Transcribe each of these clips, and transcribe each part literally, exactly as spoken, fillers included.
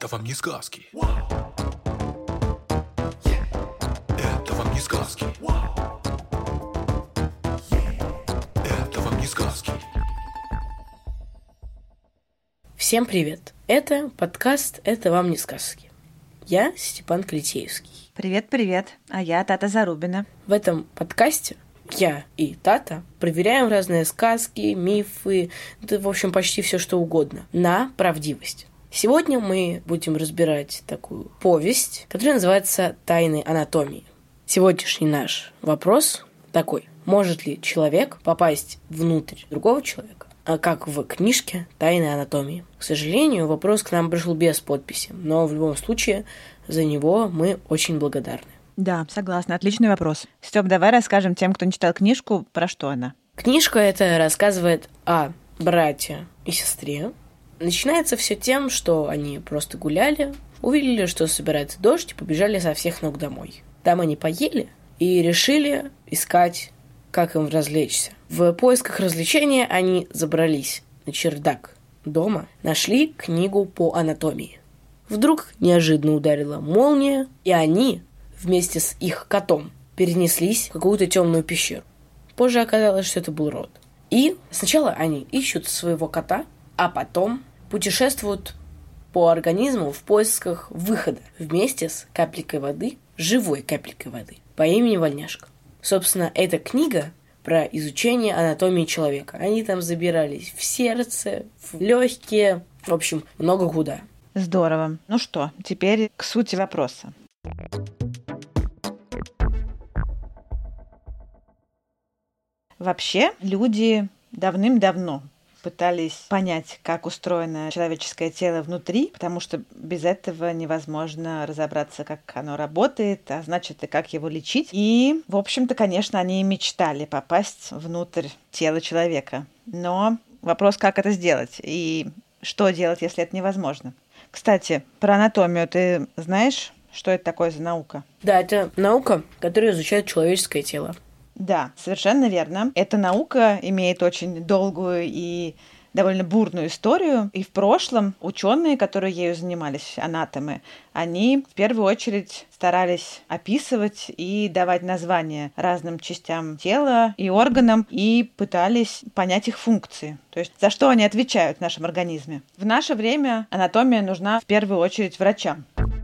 вам не сказки. Это вам не сказки. Это вам не сказки. Всем привет! Это подкаст «Это вам не сказки». Я Степан Клитеевский. Привет-привет, а я Тата Зарубина. В этом подкасте я и Тата проверяем разные сказки, мифы, да, в общем, почти все что угодно на правдивость. Сегодня мы будем разбирать такую повесть, которая называется «Тайны анатомии». Сегодняшний наш вопрос такой. Может ли человек попасть внутрь другого человека, а как в книжке «Тайны анатомии»? К сожалению, вопрос к нам пришел без подписи, но в любом случае за него мы очень благодарны. Да, согласна, отличный вопрос. Стёп, давай расскажем тем, кто не читал книжку, про что она. Книжка эта рассказывает о брате и сестре. Начинается все тем, что они просто гуляли, увидели, что собирается дождь, и побежали со всех ног домой. Там они поели и решили искать, как им развлечься. В поисках развлечения они забрались на чердак дома, нашли книгу по анатомии. Вдруг неожиданно ударила молния, и они вместе с их котом перенеслись в какую-то темную пещеру. Позже оказалось, что это был род. И сначала они ищут своего кота, а потом путешествуют по организму в поисках выхода вместе с капелькой воды, живой капелькой воды, по имени Вольняшка. Собственно, эта книга про изучение анатомии человека. Они там забирались в сердце, в легкие, в общем, много куда. Здорово. Ну что, теперь к сути вопроса. Вообще, люди давным-давно пытались понять, как устроено человеческое тело внутри, потому что без этого невозможно разобраться, как оно работает, а значит, и как его лечить. И, в общем-то, конечно, они и мечтали попасть внутрь тела человека. Но вопрос, как это сделать и что делать, если это невозможно. Кстати, про анатомию ты знаешь, что это такое за наука? Да, это наука, которая изучает человеческое тело. Да, совершенно верно. Эта наука имеет очень долгую и довольно бурную историю. И в прошлом ученые, которые ею занимались, анатомы, они в первую очередь старались описывать и давать названия разным частям тела и органам и пытались понять их функции. То есть за что они отвечают в нашем организме. В наше время анатомия нужна в первую очередь врачам.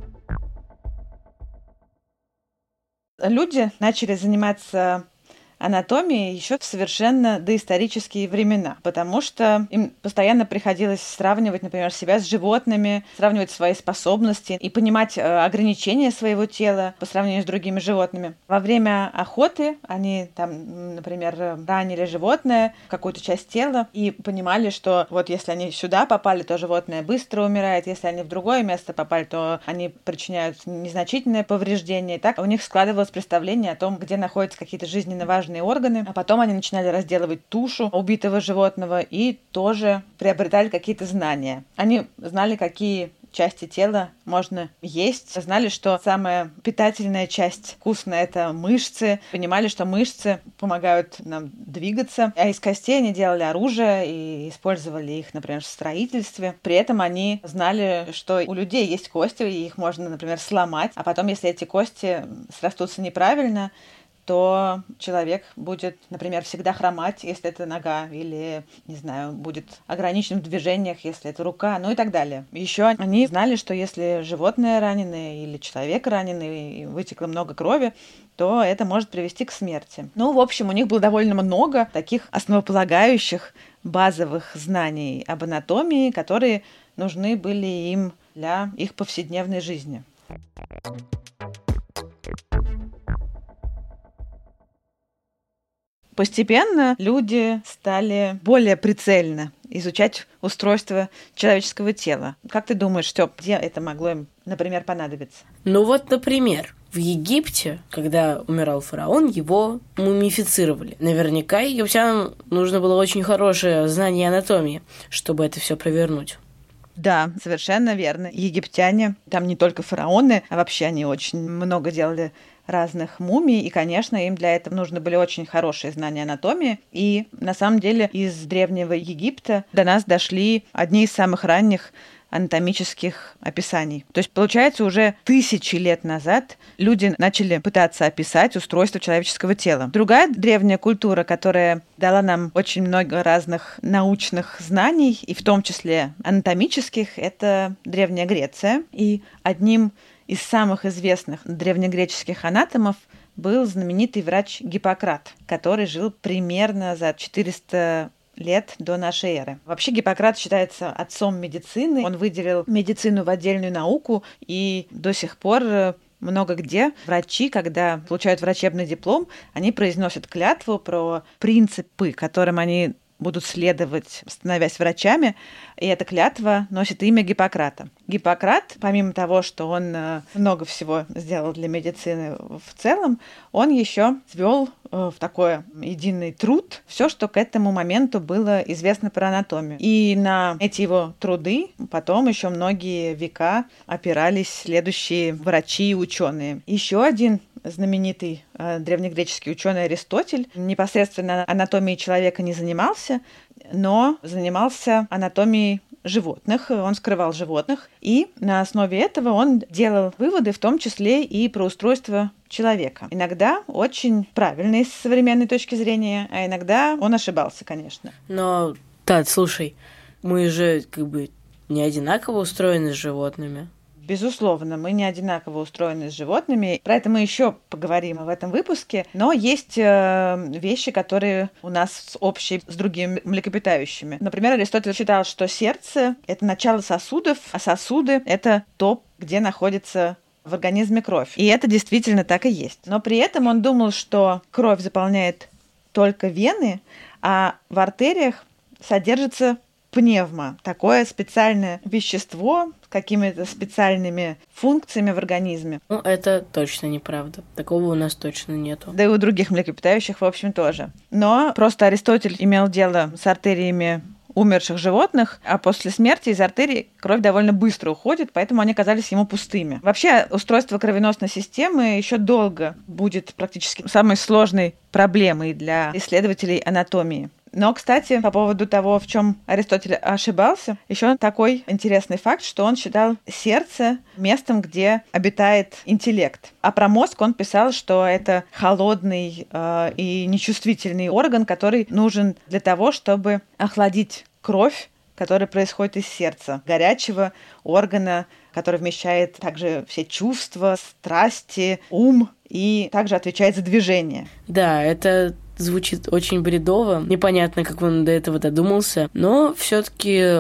Люди начали заниматься анатомии еще в совершенно доисторические времена, потому что им постоянно приходилось сравнивать, например, себя с животными, сравнивать свои способности и понимать ограничения своего тела по сравнению с другими животными. Во время охоты они, там, например, ранили животное, какую-то часть тела, и понимали, что вот если они сюда попали, то животное быстро умирает, если они в другое место попали, то они причиняют незначительное повреждение. И так у них складывалось представление о том, где находятся какие-то жизненно важные органы, а потом они начинали разделывать тушу убитого животного и тоже приобретали какие-то знания. Они знали, какие части тела можно есть, знали, что самая питательная часть вкусная — это мышцы, понимали, что мышцы помогают нам двигаться, а из костей они делали оружие и использовали их, например, в строительстве. При этом они знали, что у людей есть кости, и их можно, например, сломать, а потом, если эти кости срастутся неправильно, то человек будет, например, всегда хромать, если это нога, или, не знаю, будет ограничен в движениях, если это рука, ну и так далее. Еще они знали, что если животное раненое или человек раненый, и вытекло много крови, то это может привести к смерти. Ну, в общем, у них было довольно много таких основополагающих базовых знаний об анатомии, которые нужны были им для их повседневной жизни. Постепенно люди стали более прицельно изучать устройство человеческого тела. Как ты думаешь, Стёп, где это могло им, например, понадобиться? Ну вот, например, в Египте, когда умирал фараон, его мумифицировали. Наверняка египтянам нужно было очень хорошее знание анатомии, чтобы это все провернуть. Да, совершенно верно. Египтяне, там не только фараоны, а вообще они очень много делали разных мумий, и, конечно, им для этого нужны были очень хорошие знания анатомии. И, на самом деле, из Древнего Египта до нас дошли одни из самых ранних анатомических описаний. То есть, получается, уже тысячи лет назад люди начали пытаться описать устройство человеческого тела. Другая древняя культура, которая дала нам очень много разных научных знаний, и в том числе анатомических, это Древняя Греция. И одним из самых известных древнегреческих анатомов был знаменитый врач Гиппократ, который жил примерно за четыреста лет до нашей эры. Вообще Гиппократ считается отцом медицины. Он выделил медицину в отдельную науку, и до сих пор много где врачи, когда получают врачебный диплом, они произносят клятву про принципы, которым они будут следовать, становясь врачами, и эта клятва носит имя Гиппократа. Гиппократ, помимо того, что он много всего сделал для медицины в целом, он еще свел в такой единый труд все, что к этому моменту было известно про анатомию. И на эти его труды потом еще многие века опирались следующие врачи и ученые. Еще один знаменитый э, древнегреческий ученый Аристотель непосредственно анатомией человека не занимался, но занимался анатомией животных, он скрывал животных, и на основе этого он делал выводы, в том числе и про устройство человека. Иногда очень правильные с современной точки зрения, а иногда он ошибался, конечно. Но, Тат, слушай, мы же как бы не одинаково устроены с животными. Безусловно, мы не одинаково устроены с животными. Про это мы еще поговорим в этом выпуске. Но есть э, вещи, которые у нас общие с другими млекопитающими. Например, Аристотель считал, что сердце – это начало сосудов, а сосуды – это то, где находится в организме кровь. И это действительно так и есть. Но при этом он думал, что кровь заполняет только вены, а в артериях содержится пневма, такое специальное вещество с какими-то специальными функциями в организме. Ну, это точно неправда. Такого у нас точно нету. Да и у других млекопитающих, в общем, тоже. Но просто Аристотель имел дело с артериями умерших животных, а после смерти из артерий кровь довольно быстро уходит, поэтому они казались ему пустыми. Вообще, устройство кровеносной системы еще долго будет практически самой сложной проблемой для исследователей анатомии. Но, кстати, по поводу того, в чем Аристотель ошибался, еще такой интересный факт, что он считал сердце местом, где обитает интеллект. А про мозг он писал, что это холодный э, и нечувствительный орган, который нужен для того, чтобы охладить кровь, которая происходит из сердца, горячего органа, который вмещает также все чувства, страсти, ум и также отвечает за движение. Да, это звучит очень бредово. Непонятно, как он до этого додумался, но все-таки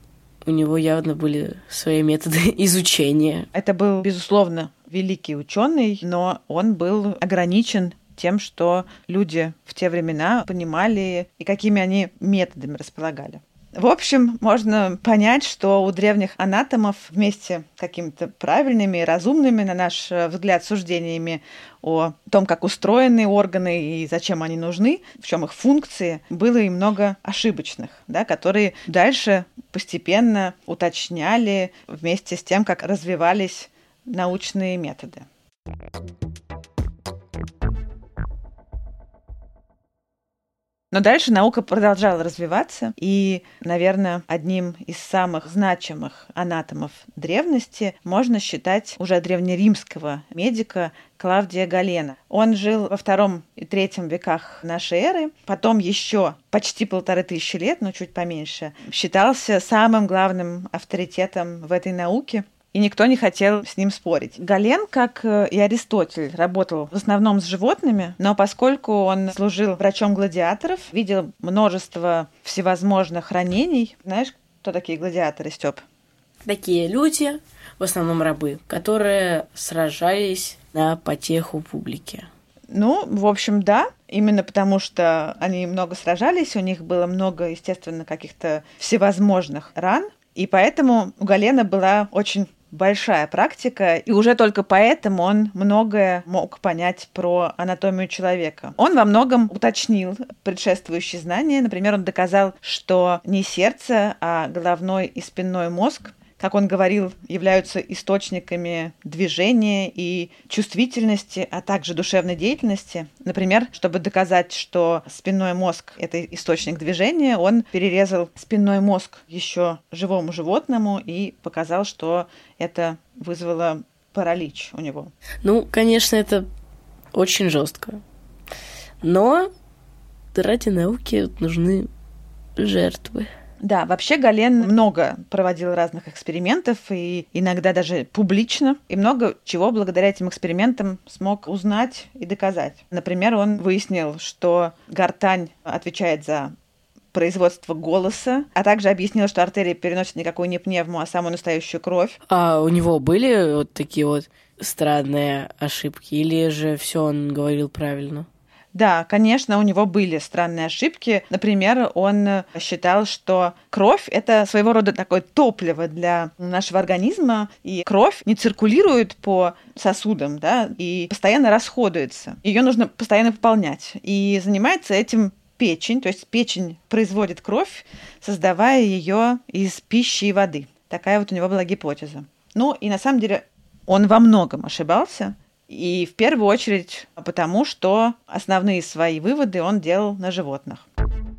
у него явно были свои методы изучения. Это был, безусловно, великий ученый, но он был ограничен тем, что люди в те времена понимали и какими они методами располагали. В общем, можно понять, что у древних анатомов вместе с какими-то правильными и разумными, на наш взгляд, суждениями о том, как устроены органы и зачем они нужны, в чем их функции, было и много ошибочных, да, которые дальше постепенно уточняли вместе с тем, как развивались научные методы. Но дальше наука продолжала развиваться, и, наверное, одним из самых значимых анатомов древности можно считать уже древнеримского медика Клавдия Галена. Он жил во втором и третьем веках нашей эры, потом еще почти полторы тысячи лет, но чуть поменьше, считался самым главным авторитетом в этой науке. И никто не хотел с ним спорить. Гален, как и Аристотель, работал в основном с животными, но поскольку он служил врачом гладиаторов, видел множество всевозможных ранений. Знаешь, кто такие гладиаторы, Стёп? Такие люди, в основном рабы, которые сражались на потеху публики. Ну, в общем, да. Именно потому, что они много сражались, у них было много, естественно, каких-то всевозможных ран. И поэтому у Галена была очень большая практика, и уже только поэтому он многое мог понять про анатомию человека. Он во многом уточнил предшествующие знания. Например, он доказал, что не сердце, а головной и спинной мозг как он говорил, являются источниками движения и чувствительности, а также душевной деятельности. Например, чтобы доказать, что спинной мозг – это источник движения, он перерезал спинной мозг еще живому животному и показал, что это вызвало паралич у него. Ну, конечно, это очень жестко. Но ради науки нужны жертвы. Да, вообще Гален много проводил разных экспериментов, и иногда даже публично, и много чего благодаря этим экспериментам смог узнать и доказать. Например, он выяснил, что гортань отвечает за производство голоса, а также объяснил, что артерия переносит никакую не пневму, а самую настоящую кровь. А у него были вот такие вот странные ошибки, или же все он говорил правильно? Да, конечно, у него были странные ошибки. Например, он считал, что кровь – это своего рода такое топливо для нашего организма, и кровь не циркулирует по сосудам, да, и постоянно расходуется. Ее нужно постоянно пополнять. И занимается этим печень, то есть печень производит кровь, создавая ее из пищи и воды. Такая вот у него была гипотеза. Ну, и на самом деле он во многом ошибался. И в первую очередь потому, что основные свои выводы он делал на животных.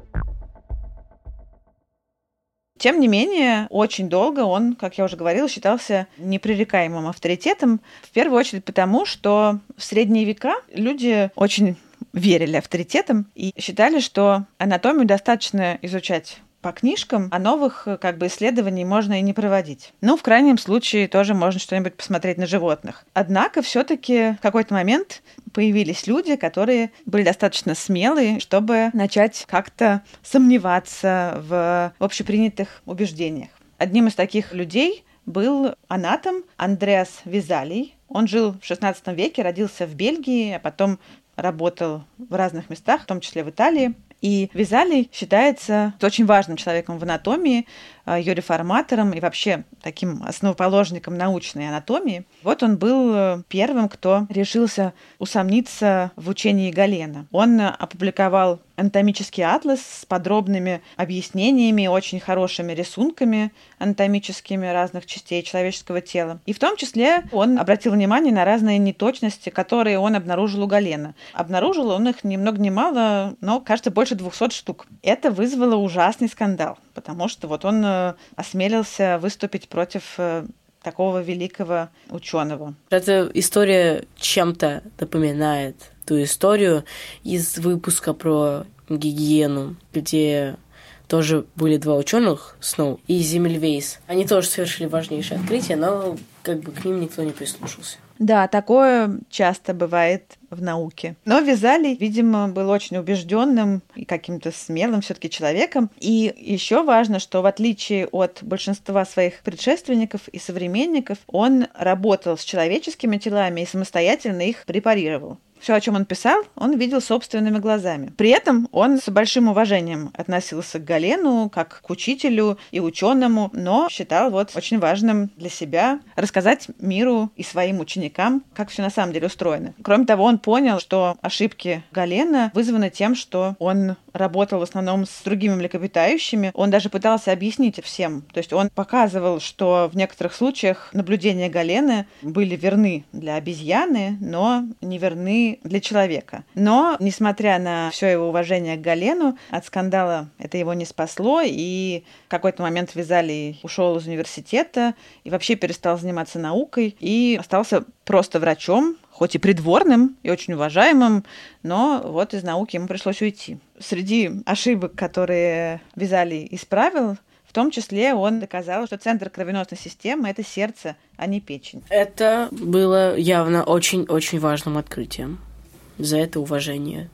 Тем не менее, очень долго он, как я уже говорила, считался непререкаемым авторитетом. В первую очередь потому, что в средние века люди очень верили авторитетам и считали, что анатомию достаточно изучать по книжкам, а новых как бы исследований можно и не проводить. Ну, в крайнем случае, тоже можно что-нибудь посмотреть на животных. Однако все-таки в какой-то момент появились люди, которые были достаточно смелые, чтобы начать как-то сомневаться в общепринятых убеждениях. Одним из таких людей был анатом Андреас Везалий. Он жил в шестнадцатом веке, родился в Бельгии, а потом работал в разных местах, в том числе в Италии. И Везалий считается очень важным человеком в анатомии, ее реформатором и вообще таким основоположником научной анатомии. Вот он был первым, кто решился усомниться в учении Галена. Он опубликовал анатомический атлас с подробными объяснениями, очень хорошими рисунками анатомическими разных частей человеческого тела. И в том числе он обратил внимание на разные неточности, которые он обнаружил у Галена. Обнаружил он их ни много ни мало, но, кажется, больше двухсот штук. Это вызвало ужасный скандал, потому что вот он осмелился выступить против такого великого ученого. Эта история чем-то напоминает ту историю из выпуска про гигиену, где тоже были два ученых, Сноу и Земельвейс. Они тоже совершили важнейшее открытие, но как бы к ним никто не прислушался. Да, такое часто бывает в науке. Но Везалий, видимо, был очень убежденным и каким-то смелым все-таки человеком. И еще важно, что в отличие от большинства своих предшественников и современников, он работал с человеческими телами и самостоятельно их препарировал. Все, о чем он писал, он видел собственными глазами. При этом он с большим уважением относился к Галену, как к учителю и ученому, но считал вот очень важным для себя рассказать миру и своим ученикам, как все на самом деле устроено. Кроме того, он понял, что ошибки Галена вызваны тем, что он работал в основном с другими млекопитающими. Он даже пытался объяснить всем. То есть он показывал, что в некоторых случаях наблюдения Галена были верны для обезьяны, но не верны для человека. Но, несмотря на все его уважение к Галену, от скандала это его не спасло, и в какой-то момент Везалий ушел из университета и вообще перестал заниматься наукой и остался просто врачом, хоть и придворным, и очень уважаемым, но вот из науки ему пришлось уйти. Среди ошибок, которые Везалий исправил, в том числе он доказал, что центр кровеносной системы – это сердце, а не печень. Это было явно очень-очень важным открытием. За это уважение.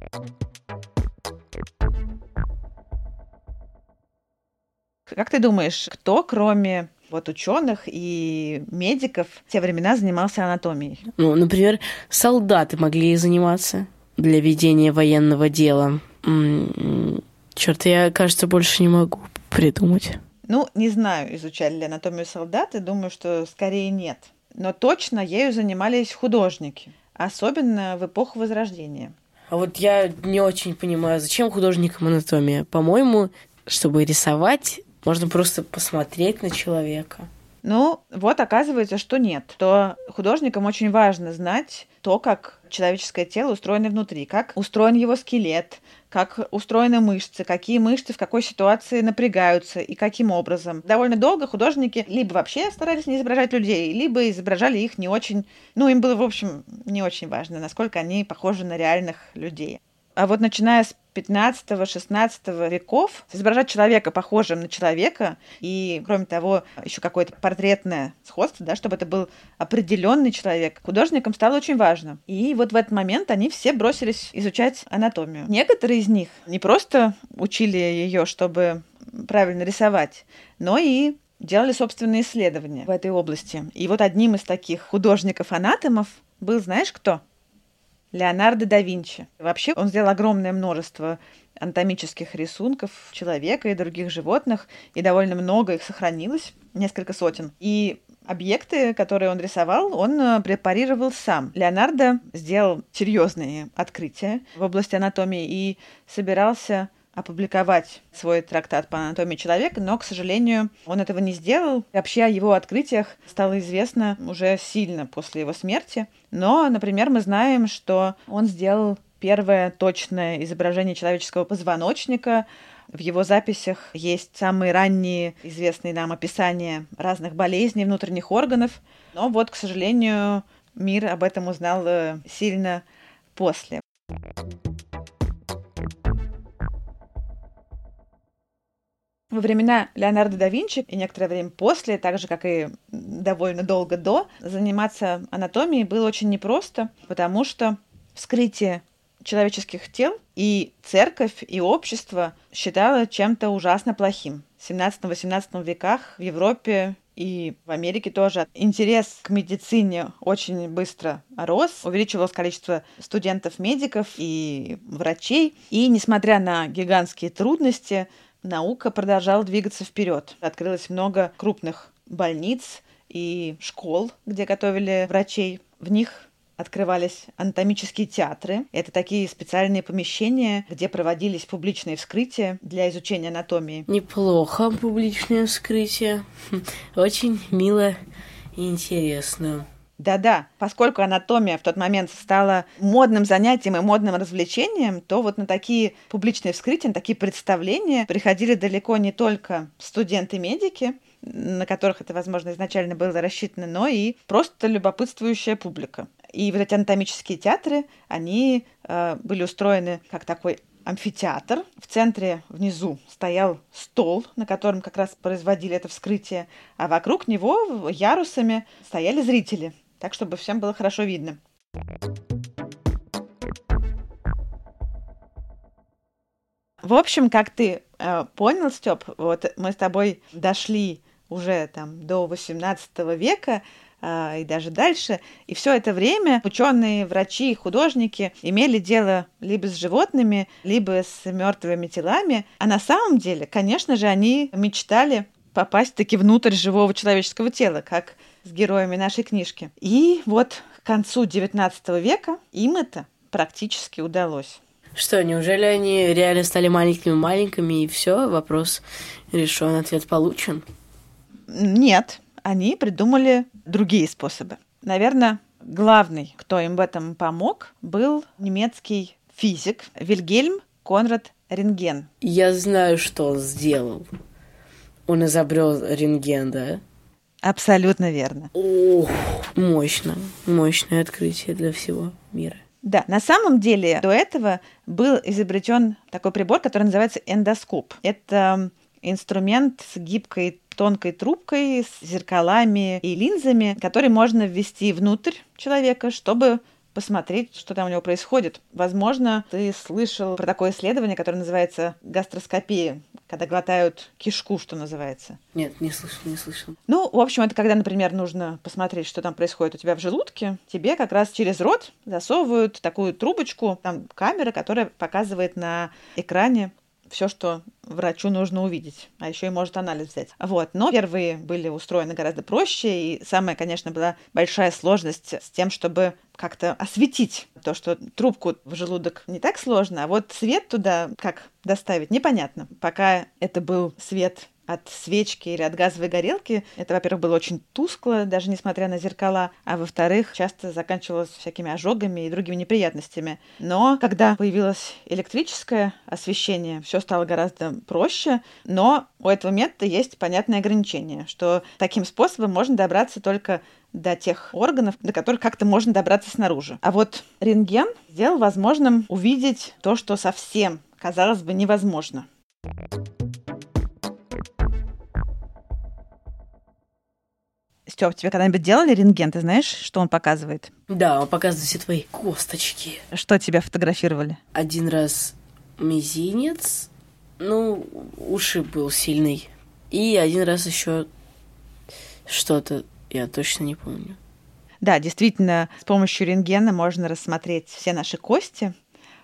Как ты думаешь, кто, кроме вот ученых и медиков, в те времена занимался анатомией? Ну, например, солдаты могли заниматься для ведения военного дела. Черт, я, кажется, больше не могу придумать. Ну, не знаю, изучали ли анатомию солдаты, думаю, что скорее нет. Но точно ею занимались художники, особенно в эпоху Возрождения. А вот я не очень понимаю, зачем художникам анатомия? По-моему, чтобы рисовать Можно просто посмотреть на человека. Ну, вот оказывается, что нет. То художникам очень важно знать то, как человеческое тело устроено внутри, как устроен его скелет, как устроены мышцы, какие мышцы в какой ситуации напрягаются и каким образом. Довольно долго художники либо вообще старались не изображать людей, либо изображали их не очень... Ну, им было, в общем, не очень важно, насколько они похожи на реальных людей. А вот начиная с пятнадцатого-шестнадцатого веков изображать человека похожим на человека и, кроме того, еще какое-то портретное сходство, да, чтобы это был определенный человек, художникам стало очень важно. И вот в этот момент они все бросились изучать анатомию. Некоторые из них не просто учили ее, чтобы правильно рисовать, но и делали собственные исследования в этой области. И вот одним из таких художников-анатомов был, знаешь, кто? Леонардо да Винчи. Вообще он сделал огромное множество анатомических рисунков человека и других животных, и довольно много их сохранилось, несколько сотен. И объекты, которые он рисовал, он препарировал сам. Леонардо сделал серьезные открытия в области анатомии и собирался опубликовать свой трактат по анатомии человека, но, к сожалению, он этого не сделал. Вообще о его открытиях стало известно уже сильно после его смерти. Но, например, мы знаем, что он сделал первое точное изображение человеческого позвоночника. В его записях есть самые ранние известные нам описания разных болезней внутренних органов. Но вот, к сожалению, мир об этом узнал сильно после. Во времена Леонардо да Винчи и некоторое время после, так же, как и довольно долго до, заниматься анатомией было очень непросто, потому что вскрытие человеческих тел и церковь, и общество считало чем-то ужасно плохим. В семнадцатом-восемнадцатом веках в Европе и в Америке тоже интерес к медицине очень быстро рос, увеличивалось количество студентов-медиков и врачей. И, несмотря на гигантские трудности, наука продолжала двигаться вперед. Открылось много крупных больниц и школ, где готовили врачей. В них открывались анатомические театры. Это такие специальные помещения, где проводились публичные вскрытия для изучения анатомии. Неплохо, публичное вскрытие. Очень мило и интересно. Да-да, поскольку анатомия в тот момент стала модным занятием и модным развлечением, то вот на такие публичные вскрытия, на такие представления приходили далеко не только студенты-медики, на которых это, возможно, изначально было рассчитано, но и просто любопытствующая публика. И вот эти анатомические театры, они э, были устроены как такой амфитеатр. В центре внизу стоял стол, на котором как раз производили это вскрытие, а вокруг него ярусами стояли зрители, так, чтобы всем было хорошо видно. В общем, как ты э, понял, Стёп, вот мы с тобой дошли уже там до восемнадцатого века э, и даже дальше, и все это время ученые, врачи, художники имели дело либо с животными, либо с мертвыми телами, а на самом деле, конечно же, они мечтали попасть-таки внутрь живого человеческого тела, как с героями нашей книжки. И вот к концу девятнадцатого века им это практически удалось. Что, неужели они реально стали маленькими-маленькими, и все, вопрос решен, ответ получен? Нет, они придумали другие способы. Наверное, главный, кто им в этом помог, был немецкий физик Вильгельм Конрад Рентген. Я знаю, что он сделал. Он изобрел рентген, да? Абсолютно верно. Ох, мощно. Мощное открытие для всего мира. Да, на самом деле до этого был изобретен такой прибор, который называется эндоскоп. Это инструмент с гибкой тонкой трубкой, с зеркалами и линзами, который можно ввести внутрь человека, чтобы посмотреть, что там у него происходит. Возможно, ты слышал про такое исследование, которое называется гастроскопия, когда глотают кишку, что называется. Нет, не слышал, не слышал. Ну, в общем, это когда, например, нужно посмотреть, что там происходит у тебя в желудке, тебе как раз через рот засовывают такую трубочку, там камера, которая показывает на экране все, что врачу нужно увидеть, а еще и может анализ взять. Вот. Но первые были устроены гораздо проще, и самая, конечно, была большая сложность с тем, чтобы как-то осветить то, что трубку в желудок не так сложно, а вот свет туда как доставить, непонятно. Пока это был свет от свечки или от газовой горелки. Это, во-первых, было очень тускло, даже несмотря на зеркала, а во-вторых, часто заканчивалось всякими ожогами и другими неприятностями. Но когда появилось электрическое освещение, все стало гораздо проще, но у этого метода есть понятное ограничение, что таким способом можно добраться только до тех органов, до которых как-то можно добраться снаружи. А вот рентген сделал возможным увидеть то, что совсем, казалось бы, невозможно. Стёп, тебе когда-нибудь делали рентген? Ты знаешь, что он показывает? Да, он показывает все твои косточки. Что тебя фотографировали? Один раз мизинец, ну, ушиб был сильный. И один раз еще что-то, я точно не помню. Да, действительно, с помощью рентгена можно рассмотреть все наши кости.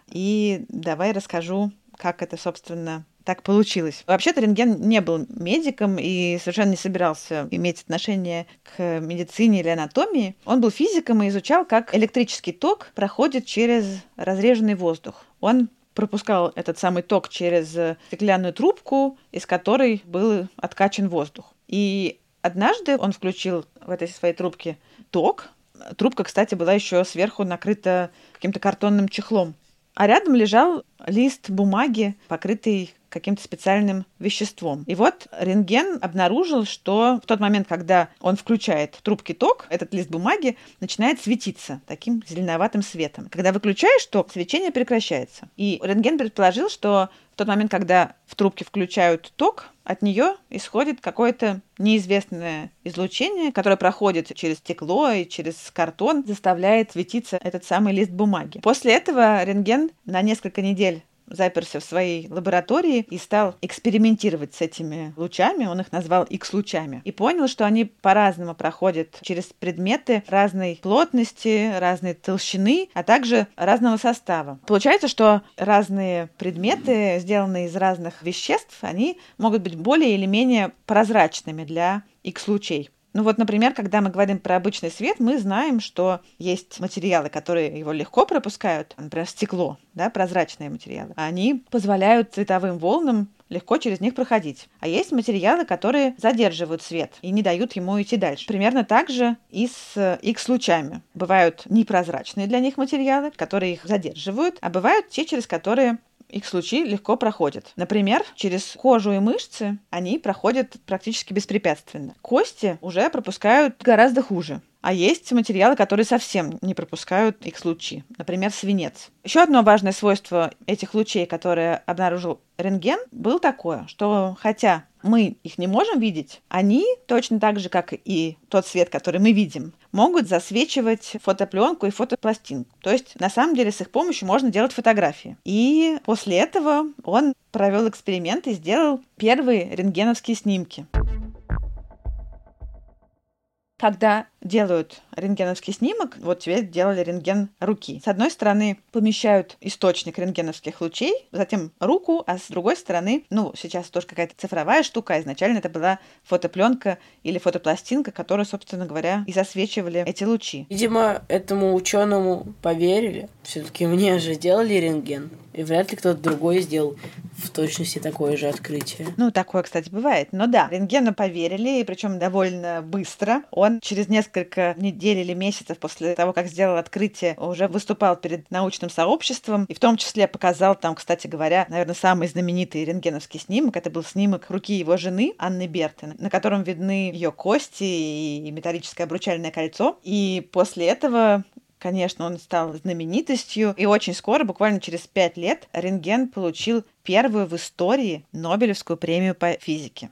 И давай расскажу, как это, собственно, так получилось. Вообще-то рентген не был медиком и совершенно не собирался иметь отношение к медицине или анатомии. Он был физиком и изучал, как электрический ток проходит через разреженный воздух. Он пропускал этот самый ток через стеклянную трубку, из которой был откачан воздух. И однажды он включил в этой своей трубке ток. Трубка, кстати, была еще сверху накрыта каким-то картонным чехлом. А рядом лежал лист бумаги, покрытый каким-то специальным веществом. И вот рентген обнаружил, что в тот момент, когда он включает в трубке ток, этот лист бумаги начинает светиться таким зеленоватым светом. Когда выключаешь ток, свечение прекращается. И рентген предположил, что в тот момент, когда в трубке включают ток, от нее исходит какое-то неизвестное излучение, которое проходит через стекло и через картон, заставляет светиться этот самый лист бумаги. После этого рентген на несколько недель заперся в своей лаборатории и стал экспериментировать с этими лучами, он их назвал Х-лучами, и понял, что они по-разному проходят через предметы разной плотности, разной толщины, а также разного состава. Получается, что разные предметы, сделанные из разных веществ, они могут быть более или менее прозрачными для Х-лучей. Ну вот, например, когда мы говорим про обычный свет, мы знаем, что есть материалы, которые его легко пропускают, например, стекло, да, прозрачные материалы. Они позволяют цветовым волнам легко через них проходить. А есть материалы, которые задерживают свет и не дают ему идти дальше. Примерно так же и с Х-лучами. Бывают непрозрачные для них материалы, которые их задерживают, а бывают те, через которые Х-лучи легко проходят. Например, через кожу и мышцы они проходят практически беспрепятственно. Кости уже пропускают гораздо хуже. А есть материалы, которые совсем не пропускают Х-лучи. Например, свинец. Еще одно важное свойство этих лучей, которое обнаружил рентген, было такое, что хотя мы их не можем видеть, они, точно так же, как и тот свет, который мы видим, могут засвечивать фотопленку и фотопластинку. То есть, на самом деле, с их помощью можно делать фотографии. И после этого он провел эксперимент и сделал первые рентгеновские снимки. Когда делают рентгеновский снимок, вот тебе делали рентген руки. С одной стороны помещают источник рентгеновских лучей, затем руку, а с другой стороны, ну, сейчас тоже какая-то цифровая штука, а изначально это была фотопленка или фотопластинка, которую, собственно говоря, и засвечивали эти лучи. Видимо, этому ученому поверили. Все-таки мне же делали рентген, и вряд ли кто-то другой сделал в точности такое же открытие. Ну, такое, кстати, бывает. Но да, рентгену поверили, и причем довольно быстро. Он через несколько недель или месяцев после того, как сделал открытие, уже выступал перед научным сообществом, и в том числе показал там, кстати говоря, наверное, самый знаменитый рентгеновский снимок. Это был снимок руки его жены, Анны Берты, на котором видны ее кости и металлическое обручальное кольцо. И после этого, конечно, он стал знаменитостью, и очень скоро, буквально через пять лет, рентген получил первую в истории Нобелевскую премию по физике.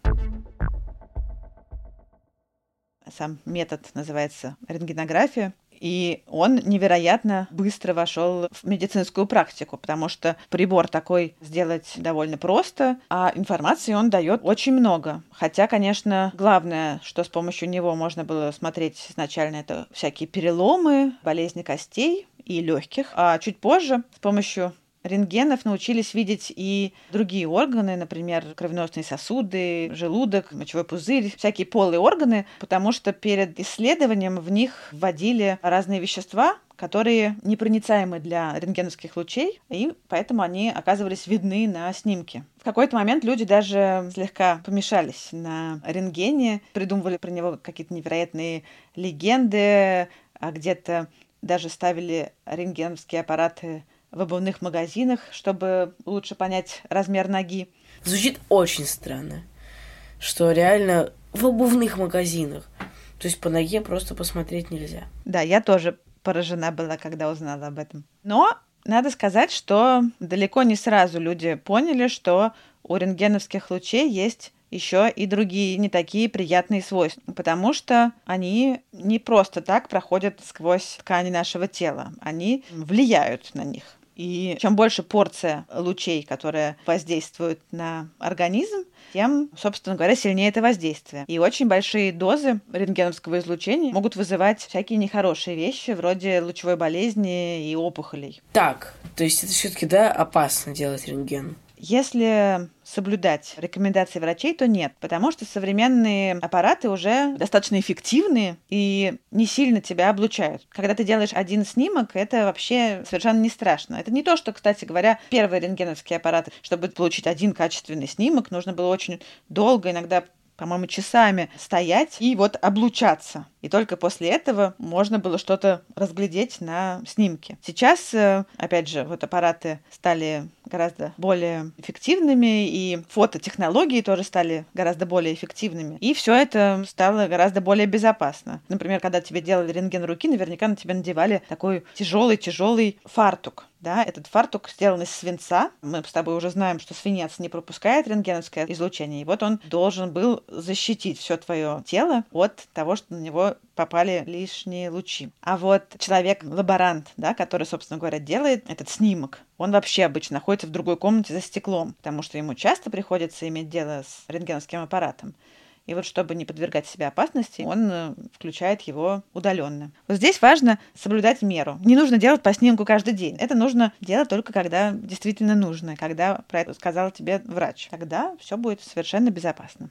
Сам метод называется рентгенография, и он невероятно быстро вошел в медицинскую практику, потому что прибор такой сделать довольно просто, а информации он дает очень много. Хотя, конечно, главное, что с помощью него можно было смотреть изначально, это всякие переломы, болезни костей и легких, а чуть позже с помощью рентгенов научились видеть и другие органы, например, кровеносные сосуды, желудок, мочевой пузырь, всякие полые органы, потому что перед исследованием в них вводили разные вещества, которые непроницаемы для рентгеновских лучей, и поэтому они оказывались видны на снимке. В какой-то момент люди даже слегка помешались на рентгене, придумывали про него какие-то невероятные легенды, а где-то даже ставили рентгеновские аппараты в обувных магазинах, чтобы лучше понять размер ноги. Звучит очень странно, что реально в обувных магазинах. То есть по ноге просто посмотреть нельзя. Да, я тоже поражена была, когда узнала об этом. Но надо сказать, что далеко не сразу люди поняли, что у рентгеновских лучей есть еще и другие не такие приятные свойства, потому что они не просто так проходят сквозь ткани нашего тела, они влияют на них. И чем больше порция лучей, которая воздействует на организм, тем, собственно говоря, сильнее это воздействие. И очень большие дозы рентгеновского излучения могут вызывать всякие нехорошие вещи, вроде лучевой болезни и опухолей. Так, то есть это все-таки, да, опасно делать рентген? Если соблюдать рекомендации врачей, то нет, потому что современные аппараты уже достаточно эффективны и не сильно тебя облучают. Когда ты делаешь один снимок, это вообще совершенно не страшно. Это не то, что, кстати говоря, первые рентгеновские аппараты, чтобы получить один качественный снимок, нужно было очень долго, иногда, по-моему, часами стоять и вот облучаться. И только после этого можно было что-то разглядеть на снимке. Сейчас, опять же, вот аппараты стали гораздо более эффективными, и фототехнологии тоже стали гораздо более эффективными. И все это стало гораздо более безопасно. Например, когда тебе делали рентген руки, наверняка на тебя надевали такой тяжелый-тяжелый фартук. Да, этот фартук сделан из свинца. Мы с тобой уже знаем, что свинец не пропускает рентгеновское излучение. И вот он должен был защитить все твое тело от того, что на него попали лишние лучи. А вот человек-лаборант, да, который, собственно говоря, делает этот снимок, он вообще обычно находится в другой комнате за стеклом, потому что ему часто приходится иметь дело с рентгеновским аппаратом. И вот чтобы не подвергать себя опасности, он включает его удаленно. Вот здесь важно соблюдать меру. Не нужно делать по снимку каждый день. Это нужно делать только когда действительно нужно, когда про это сказал тебе врач. Тогда все будет совершенно безопасно.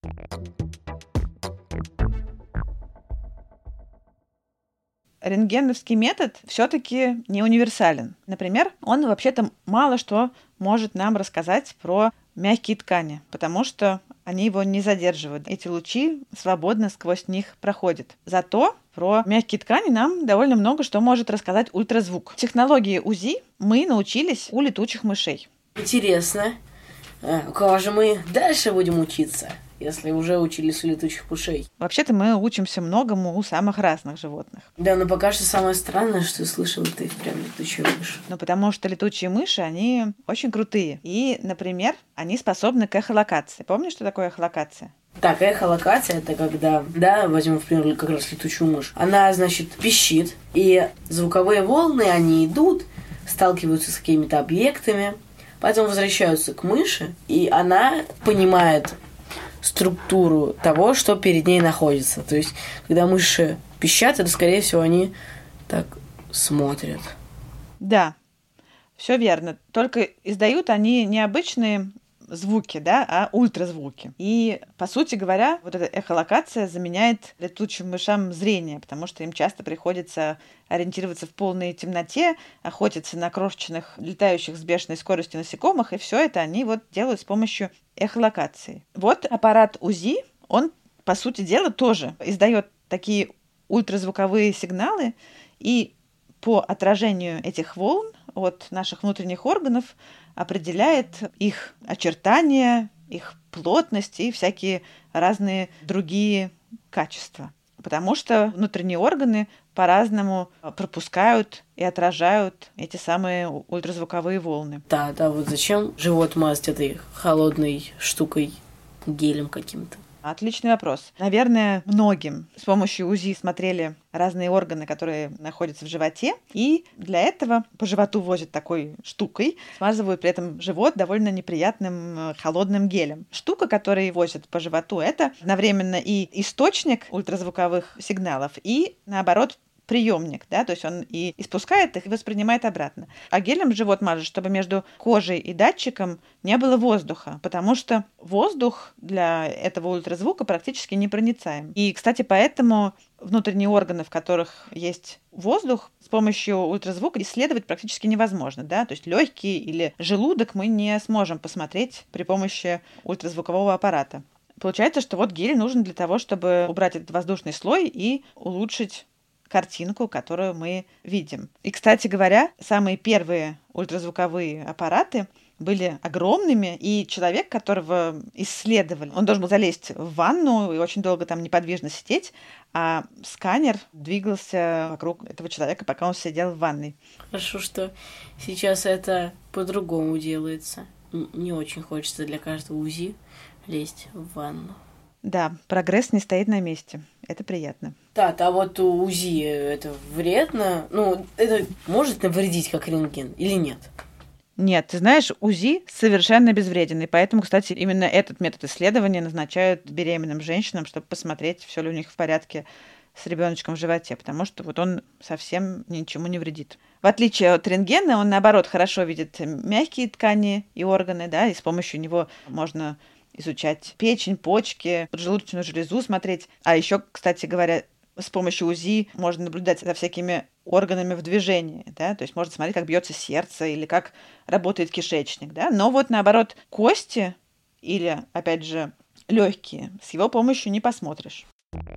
Рентгеновский метод все-таки не универсален. Например, он вообще-то мало что может нам рассказать про мягкие ткани, потому что они его не задерживают. Эти лучи свободно сквозь них проходят. Зато про мягкие ткани нам довольно много что может рассказать ультразвук. Технологии УЗИ мы научились у летучих мышей. Интересно. А, у кого же мы дальше будем учиться, если уже учились у летучих мышей? Вообще-то мы учимся многому у самых разных животных. Да, но пока что самое странное, что я слышала, это прям летучая мышь. Ну, потому что летучие мыши, они очень крутые. И, например, они способны к эхолокации. Помнишь, что такое эхолокация? Так, эхолокация — это когда, да, возьмем, например, как раз летучую мышь. Она, значит, пищит, и звуковые волны, они идут, сталкиваются с какими-то объектами, потом возвращаются к мыши, и она понимает структуру того, что перед ней находится. То есть, когда мыши пищат, это, скорее всего, они так смотрят. Да, все верно. Только издают они необычные звуки, да, а ультразвуки. И, по сути говоря, вот эта эхолокация заменяет летучим мышам зрение, потому что им часто приходится ориентироваться в полной темноте, охотиться на крошечных, летающих с бешеной скоростью насекомых, и все это они вот делают с помощью эхолокации. Вот аппарат УЗИ, он, по сути дела, тоже издает такие ультразвуковые сигналы, и по отражению этих волн от наших внутренних органов определяет их очертания, их плотность и всякие разные другие качества. Потому что внутренние органы по-разному пропускают и отражают эти самые ультразвуковые волны. Да, да, вот зачем живот мазать этой холодной штукой, гелем каким-то? Отличный вопрос. Наверное, многим с помощью УЗИ смотрели разные органы, которые находятся в животе, и для этого по животу возят такой штукой, смазывают при этом живот довольно неприятным холодным гелем. Штука, которую возят по животу, это одновременно и источник ультразвуковых сигналов, и, наоборот, приемник, да, то есть он и испускает их, и воспринимает обратно. А гелем живот мажет, чтобы между кожей и датчиком не было воздуха, потому что воздух для этого ультразвука практически непроницаем. И, кстати, поэтому внутренние органы, в которых есть воздух, с помощью ультразвука исследовать практически невозможно, да, то есть легкие или желудок мы не сможем посмотреть при помощи ультразвукового аппарата. Получается, что вот гель нужен для того, чтобы убрать этот воздушный слой и улучшить картинку, которую мы видим. И, кстати говоря, самые первые ультразвуковые аппараты были огромными, и человек, которого исследовали, он должен был залезть в ванну и очень долго там неподвижно сидеть, а сканер двигался вокруг этого человека, пока он сидел в ванной. Хорошо, что сейчас это по-другому делается. Не очень хочется для каждого УЗИ лезть в ванну. Да, прогресс не стоит на месте. Это приятно. Да, а вот у УЗИ это вредно? Ну, это может навредить, как рентген, или нет? Нет, ты знаешь, УЗИ совершенно безвреден. И поэтому, кстати, именно этот метод исследования назначают беременным женщинам, чтобы посмотреть, все ли у них в порядке с ребеночком в животе, потому что вот он совсем ничему не вредит. В отличие от рентгена, он, наоборот, хорошо видит мягкие ткани и органы, да, и с помощью него можно изучать печень, почки, поджелудочную железу смотреть. А еще, кстати говоря, с помощью УЗИ можно наблюдать за всякими органами в движении, да, то есть можно смотреть, как бьется сердце или как работает кишечник, да. Но вот наоборот, кости или, опять же, легкие с его помощью не посмотришь.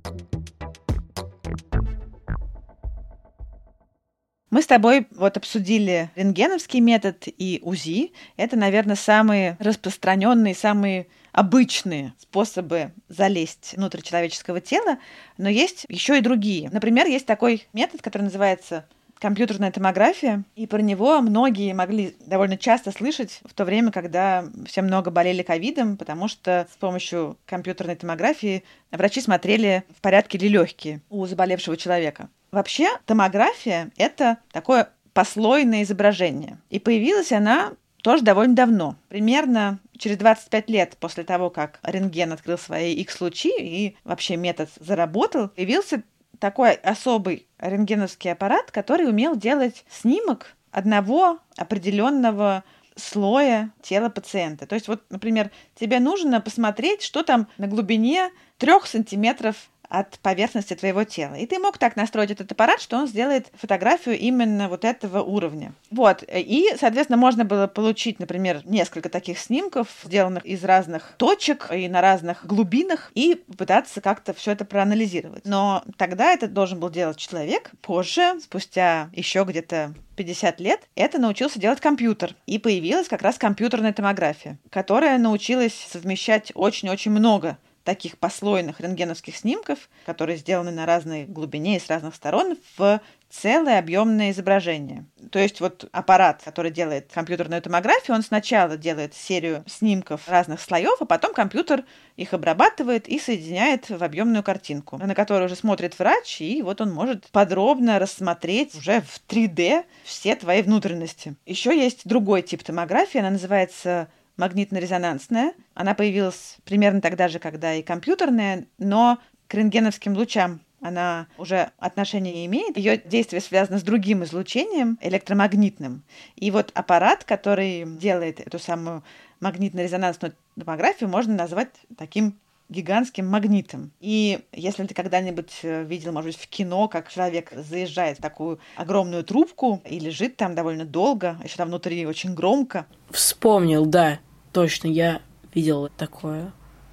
Мы с тобой вот обсудили рентгеновский метод и УЗИ. Это, наверное, самые распространенные, самые обычные способы залезть внутрь человеческого тела, но есть еще и другие. Например, есть такой метод, который называется компьютерная томография, и про него многие могли довольно часто слышать в то время, когда все много болели ковидом, потому что с помощью компьютерной томографии врачи смотрели, в порядке ли легкие у заболевшего человека. Вообще, томография – это такое послойное изображение. И появилась она тоже довольно давно. Примерно через двадцать пять лет после того, как рентген открыл свои Х-лучи и вообще метод заработал, появился такой особый рентгеновский аппарат, который умел делать снимок одного определенного слоя тела пациента. То есть вот, например, тебе нужно посмотреть, что там на глубине трех сантиметров от поверхности твоего тела. И ты мог так настроить этот аппарат, что он сделает фотографию именно вот этого уровня. Вот. И, соответственно, можно было получить, например, несколько таких снимков, сделанных из разных точек и на разных глубинах, и пытаться как-то все это проанализировать. Но тогда это должен был делать человек. Позже, спустя еще где-то пятьдесят лет, это научился делать компьютер. И появилась как раз компьютерная томография, которая научилась совмещать очень-очень много таких послойных рентгеновских снимков, которые сделаны на разной глубине и с разных сторон, в целое объемное изображение. То есть вот аппарат, который делает компьютерную томографию, он сначала делает серию снимков разных слоев, а потом компьютер их обрабатывает и соединяет в объемную картинку, на которую уже смотрит врач, и вот он может подробно рассмотреть уже в три дэ все твои внутренности. Еще есть другой тип томографии, она называется магнитно-резонансная. Она появилась примерно тогда же, когда и компьютерная, но к рентгеновским лучам она уже отношения не имеет. Ее действие связано с другим излучением, электромагнитным. И вот аппарат, который делает эту самую магнитно-резонансную томографию, можно назвать таким гигантским магнитом. И если ты когда-нибудь видел, может быть, в кино, как человек заезжает в такую огромную трубку и лежит там довольно долго, еще там внутри очень громко. Вспомнил, да, точно, я видела такое.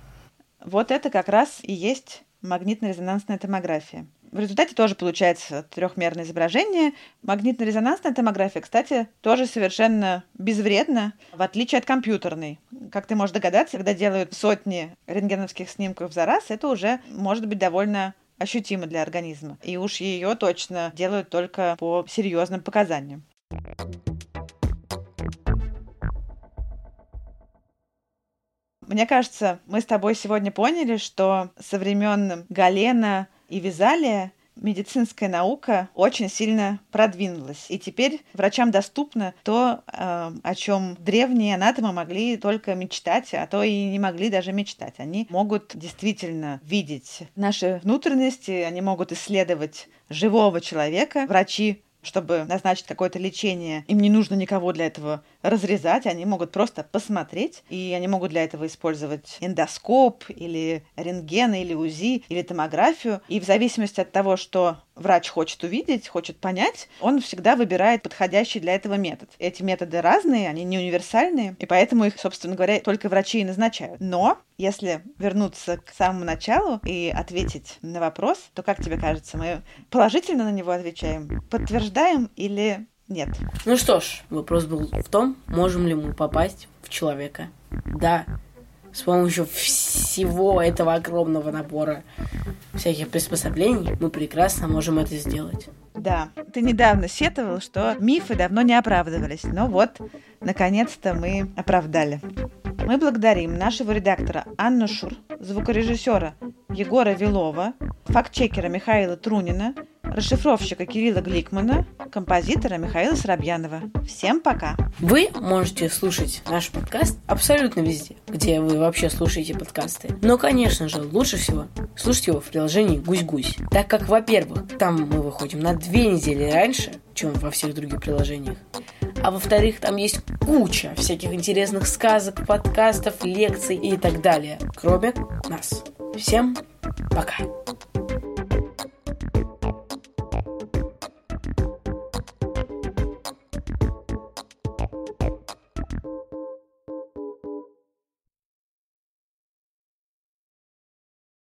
Вот это как раз и есть магнитно-резонансная томография. В результате тоже получается трехмерное изображение. Магнитно-резонансная томография, кстати, тоже совершенно безвредна, в отличие от компьютерной. Как ты можешь догадаться, когда делают сотни рентгеновских снимков за раз, это уже может быть довольно ощутимо для организма. И уж ее точно делают только по серьезным показаниям. Мне кажется, мы с тобой сегодня поняли, что со времен Галена и Визалия медицинская наука очень сильно продвинулась. И теперь врачам доступно то, о чем древние анатомы могли только мечтать, а то и не могли даже мечтать. Они могут действительно видеть наши внутренности, они могут исследовать живого человека. Врачи, чтобы назначить какое-то лечение, им не нужно никого для этого разрезать, они могут просто посмотреть, и они могут для этого использовать эндоскоп, или рентген, или УЗИ, или томографию. И в зависимости от того, что врач хочет увидеть, хочет понять, он всегда выбирает подходящий для этого метод. Эти методы разные, они не универсальные, и поэтому их, собственно говоря, только врачи и назначают. Но если вернуться к самому началу и ответить на вопрос, то, как тебе кажется, мы положительно на него отвечаем, подтверждаем или нет? Ну что ж, вопрос был в том, можем ли мы попасть в человека. Да, с помощью всего этого огромного набора всяких приспособлений мы прекрасно можем это сделать. Да, ты недавно сетовал, что мифы давно не оправдывались, но вот, наконец-то мы оправдали. Мы благодарим нашего редактора Анну Шур, звукорежиссера Егора Вилова, фактчекера Михаила Трунина, расшифровщика Кирилла Гликмана, композитора Михаила Соробьянова. Всем пока! Вы можете слушать наш подкаст абсолютно везде, где вы вообще слушаете подкасты. Но, конечно же, лучше всего слушать его в приложении «Гусь-Гусь», так как, во-первых, там мы выходим на две недели раньше, чем во всех других приложениях. А во-вторых, там есть куча всяких интересных сказок, подкастов, лекций и так далее, кроме нас. Всем пока!